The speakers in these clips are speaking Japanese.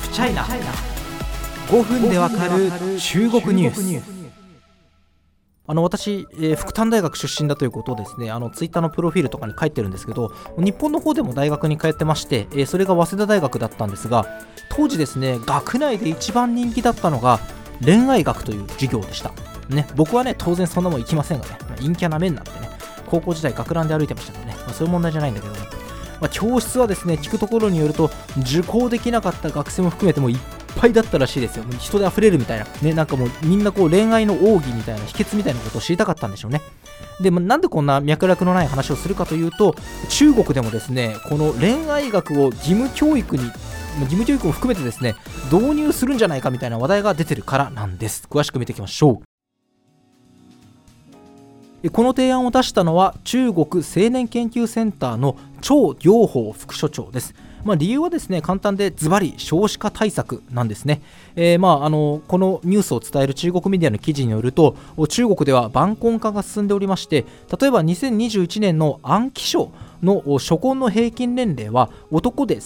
フチャイナ、5分でわかる中国ニュース。私、復旦大学出身だということをですね、ツイッターのプロフィールとかに書いてるんですけど、日本の方でも大学に通ってまして、それが早稲田大学だったんですが、当時ですね、学内で一番人気だったのが恋愛学という授業でした、ね。僕はね、当然そんなもん行きませんがね、陰キャな面なんてね、高校時代学ランで歩いてましたからね、そういう問題じゃないんだけどね、教室はですね、聞くところによると受講できなかった学生も含めてもいっぱいだったらしいですよ。もう人で溢れるみたいな、ね、なんかもうみんなこう恋愛の奥義みたいな秘訣みたいなことを知りたかったんでしょうね。で、なんでこんな脈絡のない話をするかというと、中国でもですね、この恋愛学を義務教育を含めてですね、導入するんじゃないかみたいな話題が出てるからなんです。詳しく見ていきましょう。この提案を出したのは中国青年研究センターの張良峰副所長です。理由はですね、簡単でズバリ少子化対策なんですね。このニュースを伝える中国メディアの記事によると、中国では晩婚化が進んでおりまして、例えば2021年の安徽省の初婚の平均年齢は男で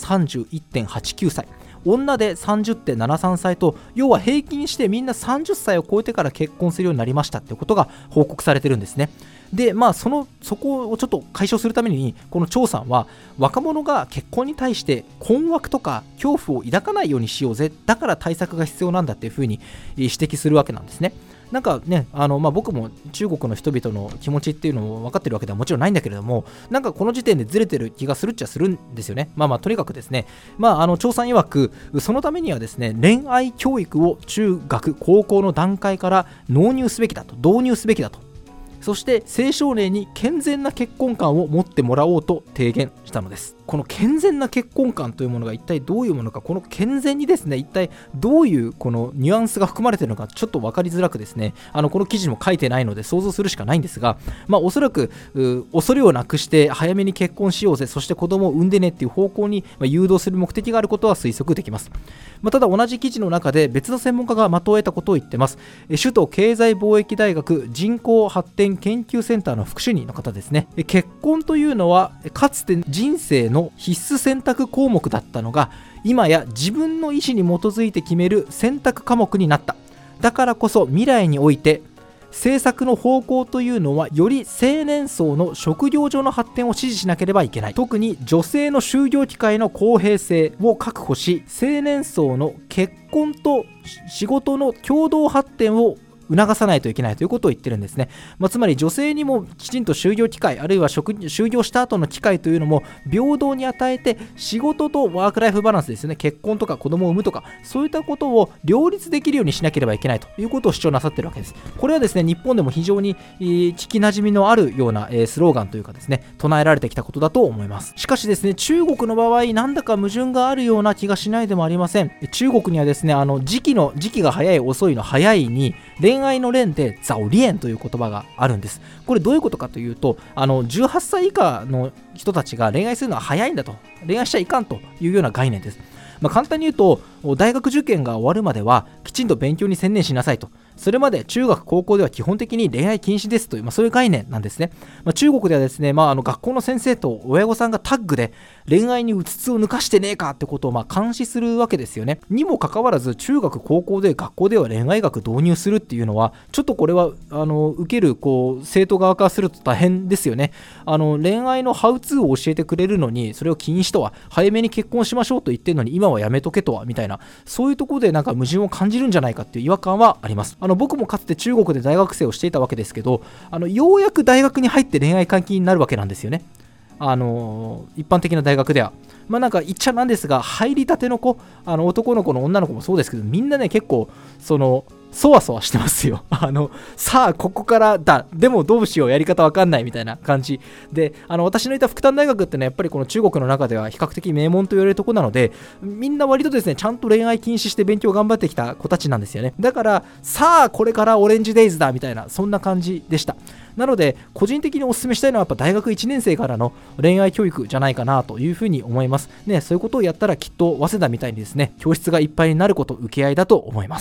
31.89 歳、女で 30.73 歳と、要は平均してみんな30歳を超えてから結婚するようになりましたということが報告されてるんですね。で、そこをちょっと解消するために、この張さんは若者が結婚に対して困惑とか恐怖を抱かないようにしようぜ、だから対策が必要なんだっていうふうに指摘するわけなんですね。なんかね、僕も中国の人々の気持ちっていうのを分かってるわけではもちろんないんだけれども、なんかこの時点でずれてる気がするっちゃするんですよね。とにかくですね、張さん曰く、そのためにはですね、恋愛教育を中学高校の段階から導入すべきだと。そして青少年に健全な結婚観を持ってもらおうと提言したのです。この健全な結婚観というものが一体どういうものか、この健全にですね、一体どういうこのニュアンスが含まれているのかちょっと分かりづらくですね、この記事にも書いてないので想像するしかないんですが、おそらく恐れをなくして早めに結婚しようぜ、そして子供を産んでねっていう方向に誘導する目的があることは推測できます。ただ同じ記事の中で別の専門家が的を得たことを言ってます。首都経済貿易大学人口発展研究センターの副主任の方ですね。結婚というのはかつて人生の必須選択項目だったのが、今や自分の意思に基づいて決める選択科目になった。だからこそ未来において政策の方向というのは、より青年層の職業上の発展を支持しなければいけない。特に女性の就業機会の公平性を確保し、青年層の結婚と仕事の共同発展を促さないといけないということを言ってるんですね。つまり女性にもきちんと就業機会、あるいは就業した後の機会というのも平等に与えて、仕事とワークライフバランスですよね、結婚とか子供を産むとか、そういったことを両立できるようにしなければいけないということを主張なさっているわけです。これはですね、日本でも非常に聞きなじみのあるようなスローガンというかですね、唱えられてきたことだと思います。しかしですね、中国の場合なんだか矛盾があるような気がしないでもありません。中国にはですね、時期が早い遅いの早いに恋愛の恋でザオリエンという言葉があるんです。これどういうことかというと、18歳以下の人たちが恋愛するのは早いんだと、恋愛しちゃいかんというような概念です。簡単に言うと、大学受験が終わるまではきちんと勉強に専念しなさいと。それまで中学高校では基本的に恋愛禁止ですという、そういう概念なんですね。中国ではですね、学校の先生と親御さんがタッグで恋愛にうつつを抜かしてねえかってことを監視するわけですよね。にもかかわらず、中学高校で学校では恋愛学導入するっていうのは、ちょっとこれは受ける生徒側からすると大変ですよね。恋愛のハウツーを教えてくれるのに、それを禁止とは、早めに結婚しましょうと言ってるのに今はやめとけとはみたいな、そういうところでなんか矛盾を感じるんじゃないかっていう違和感はあります。僕もかつて中国で大学生をしていたわけですけど、ようやく大学に入って恋愛関係になるわけなんですよね。一般的な大学ではなんか言っちゃなんですが、入りたての子、男の子の女の子もそうですけど、みんなね結構そわそわしてますよ。さあここからだ、でもどうしよう、やり方わかんないみたいな感じで、私のいた復旦大学ってね、やっぱりこの中国の中では比較的名門と言われるところなので、みんな割とですね、ちゃんと恋愛禁止して勉強頑張ってきた子たちなんですよね。だからさあこれからオレンジデイズだみたいな、そんな感じでした。なので個人的にお勧めしたいのはやっぱ大学1年生からの恋愛教育じゃないかなというふうに思いますね。そういうことをやったらきっと早稲田みたいにですね、教室がいっぱいになること、受け合いだと思います。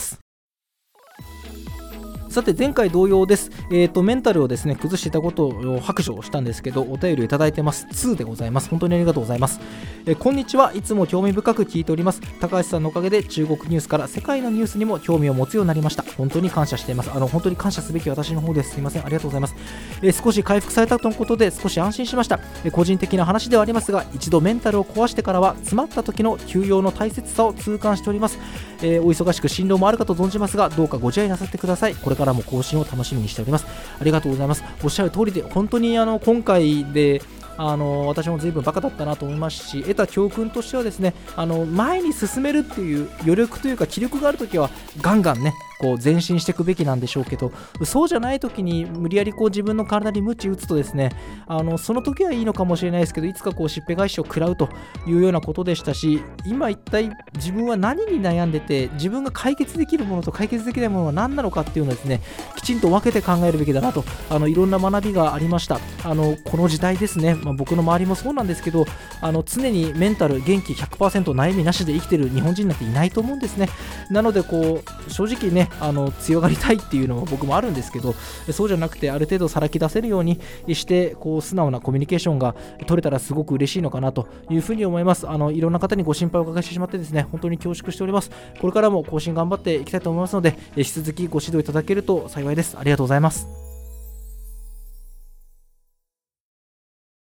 さて前回同様です。メンタルをですね崩していたことを白状したんですけど、お便りをいただいてます。2でございます。本当にありがとうございます。 こんにちは。いつも興味深く聞いております。高橋さんのおかげで中国ニュースから世界のニュースにも興味を持つようになりました。本当に感謝しています。本当に感謝すべき私の方です。すいません。ありがとうございます。少し回復されたとのことで少し安心しました。個人的な話ではありますが、一度メンタルを壊してからは詰まった時の休養の大切さを痛感しております。お忙しく心労もあるかと存じますが、どうかご自愛なさってください。これからも更新を楽しみにしております。ありがとうございます。おっしゃる通りで、本当に今回で私も随分バカだったなと思いますし、得た教訓としてはですね、前に進めるっていう余力というか気力があるときはガンガンねこう前進していくべきなんでしょうけど、そうじゃないときに無理やりこう自分の体に鞭打つとですね、その時はいいのかもしれないですけど、いつかこうしっぺ返しを食らうというようなことでしたし、今一体自分は何に悩んでて、自分が解決できるものと解決できないものは何なのかっていうのをですね、きちんと分けて考えるべきだなと、いろんな学びがありました。この時代ですね、僕の周りもそうなんですけど、常にメンタル元気 100% 悩みなしで生きてる日本人なんていないと思うんですね。なのでこう正直ね、強がりたいっていうのも僕もあるんですけど、そうじゃなくてある程度さらき出せるようにしてこう素直なコミュニケーションが取れたらすごく嬉しいのかなというふうに思います。いろんな方にご心配をお伺いしてしまってですね、本当に恐縮しております。これからも更新頑張っていきたいと思いますので、引き続きご指導いただけると幸いです。ありがとうございます。